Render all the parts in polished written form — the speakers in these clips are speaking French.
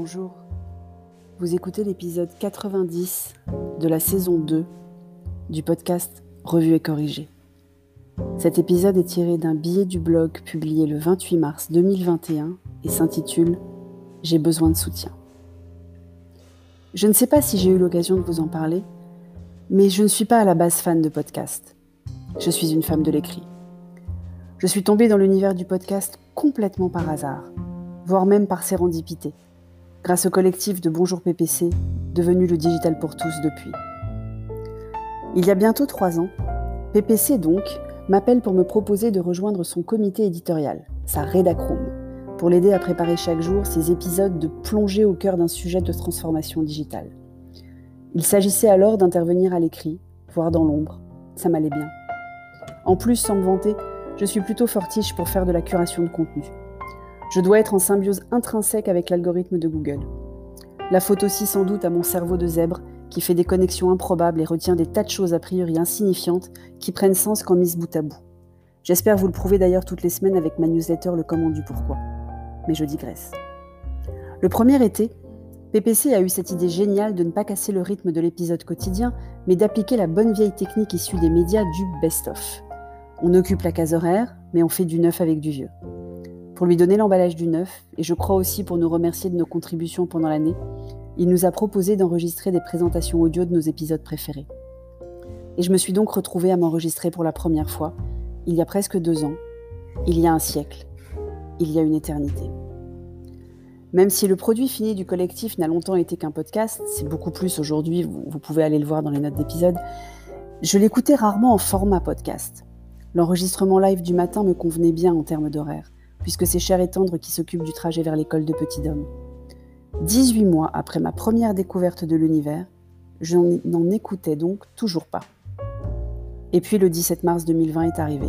bonjour. Vous écoutez l'épisode 90 de la saison 2 du podcast Revue et corrigée. Cet épisode est tiré d'un billet du blog publié le 28 mars 2021 et s'intitule « J'ai besoin de soutien ». Je ne sais pas si j'ai eu l'occasion de vous en parler, mais je ne suis pas à la base fan de podcast. Je suis une femme de l'écrit. Je suis tombée dans l'univers du podcast complètement par hasard, voire même par sérendipité, grâce au collectif de Bonjour PPC, devenu le digital pour tous depuis. Il y a bientôt 3 ans, PPC donc m'appelle pour me proposer de rejoindre son comité éditorial, sa rédacroom, pour l'aider à préparer chaque jour ses épisodes de plongée au cœur d'un sujet de transformation digitale. Il s'agissait alors d'intervenir à l'écrit, voire dans l'ombre, ça m'allait bien. En plus, sans me vanter, je suis plutôt fortiche pour faire de la curation de contenu. Je dois être en symbiose intrinsèque avec l'algorithme de Google. La faute aussi sans doute à mon cerveau de zèbre qui fait des connexions improbables et retient des tas de choses a priori insignifiantes qui prennent sens quand mises bout à bout. J'espère vous le prouver d'ailleurs toutes les semaines avec ma newsletter Le Comment du Pourquoi. Mais je digresse. Le premier été, PPC a eu cette idée géniale de ne pas casser le rythme de l'épisode quotidien, mais d'appliquer la bonne vieille technique issue des médias du best-of. On occupe la case horaire, mais on fait du neuf avec du vieux. Pour lui donner l'emballage du neuf, et je crois aussi pour nous remercier de nos contributions pendant l'année, il nous a proposé d'enregistrer des présentations audio de nos épisodes préférés. Et je me suis donc retrouvée à m'enregistrer pour la première fois, il y a presque 2 ans, il y a un siècle, il y a une éternité. Même si le produit fini du collectif n'a longtemps été qu'un podcast, c'est beaucoup plus aujourd'hui, vous pouvez aller le voir dans les notes d'épisode, je l'écoutais rarement en format podcast. L'enregistrement live du matin me convenait bien en termes d'horaire, puisque c'est Cher et Tendre qui s'occupe du trajet vers l'école de Petit Dôme. 18 mois après ma première découverte de l'univers, je n'en écoutais donc toujours pas. Et puis le 17 mars 2020 est arrivé.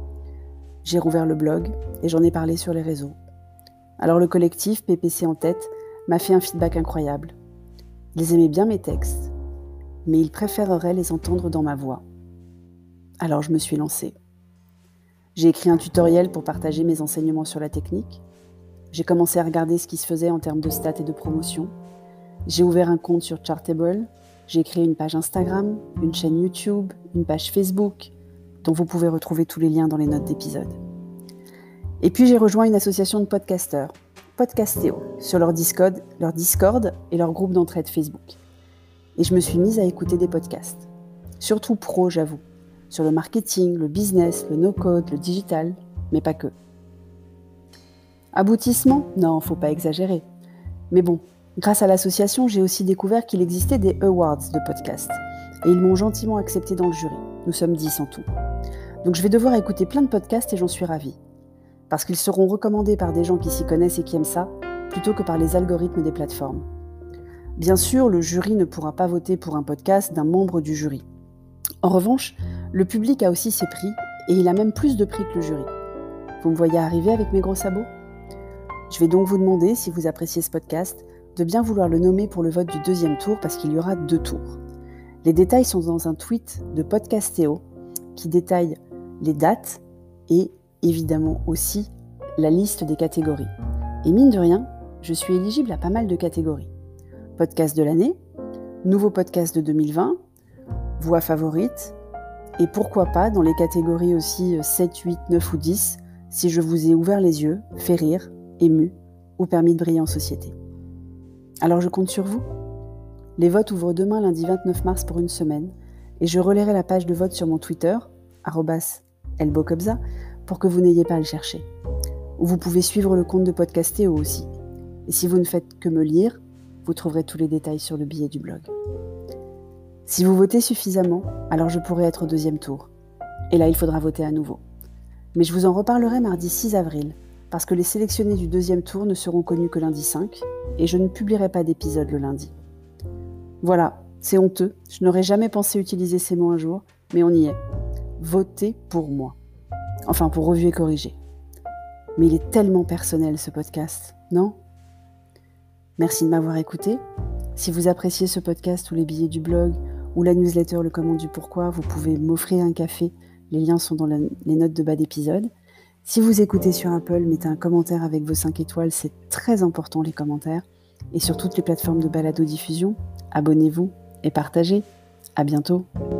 J'ai rouvert le blog et j'en ai parlé sur les réseaux. Alors le collectif, PPC en tête, m'a fait un feedback incroyable. Ils aimaient bien mes textes, mais ils préféreraient les entendre dans ma voix. Alors je me suis lancée. J'ai écrit un tutoriel pour partager mes enseignements sur la technique. J'ai commencé à regarder ce qui se faisait en termes de stats et de promotion. J'ai ouvert un compte sur Chartable. J'ai créé une page Instagram, une chaîne YouTube, une page Facebook, dont vous pouvez retrouver tous les liens dans les notes d'épisode. Et puis j'ai rejoint une association de podcasteurs, Podcastéo, sur leur Discord et leur groupe d'entraide Facebook. Et je me suis mise à écouter des podcasts. Surtout pro, j'avoue. Sur le marketing, le business, le no-code, le digital, mais pas que. Aboutissement ? Non, faut pas exagérer. Mais bon, grâce à l'association, j'ai aussi découvert qu'il existait des awards de podcasts. Et ils m'ont gentiment accepté dans le jury. Nous sommes 10 en tout. Donc je vais devoir écouter plein de podcasts et j'en suis ravie. Parce qu'ils seront recommandés par des gens qui s'y connaissent et qui aiment ça, plutôt que par les algorithmes des plateformes. Bien sûr, le jury ne pourra pas voter pour un podcast d'un membre du jury. En revanche, le public a aussi ses prix, et il a même plus de prix que le jury. Vous me voyez arriver avec mes gros sabots ? Je vais donc vous demander, si vous appréciez ce podcast, de bien vouloir le nommer pour le vote du 2e tour, parce qu'il y aura 2 tours. Les détails sont dans un tweet de Podcastéo, qui détaille les dates, et évidemment aussi la liste des catégories. Et mine de rien, je suis éligible à pas mal de catégories. Podcast de l'année, nouveau podcast de 2020, voix favorite, et pourquoi pas dans les catégories aussi 7, 8, 9 ou 10, si je vous ai ouvert les yeux, fait rire, ému ou permis de briller en société. Alors je compte sur vous. Les votes ouvrent demain lundi 29 mars pour 1 semaine, et je relayerai la page de vote sur mon Twitter, @elbokobza, pour que vous n'ayez pas à le chercher. Ou vous pouvez suivre le compte de Podcastéo aussi. Et si vous ne faites que me lire, vous trouverez tous les détails sur le billet du blog. Si vous votez suffisamment, alors je pourrai être au 2e tour. Et là, il faudra voter à nouveau. Mais je vous en reparlerai mardi 6 avril, parce que les sélectionnés du 2e tour ne seront connus que lundi 5, et je ne publierai pas d'épisode le lundi. Voilà, c'est honteux, je n'aurais jamais pensé utiliser ces mots un jour, mais on y est. Votez pour moi. Enfin, pour Revue et corrigée. Mais il est tellement personnel ce podcast, non ? Merci de m'avoir écouté. Si vous appréciez ce podcast ou les billets du blog, ou la newsletter Le Comment du Pourquoi, vous pouvez m'offrir un café. Les liens sont dans les notes de bas d'épisode. Si vous écoutez sur Apple, mettez un commentaire avec vos 5 étoiles, c'est très important les commentaires. et sur toutes les plateformes de balado-diffusion. Abonnez-vous et partagez. À bientôt.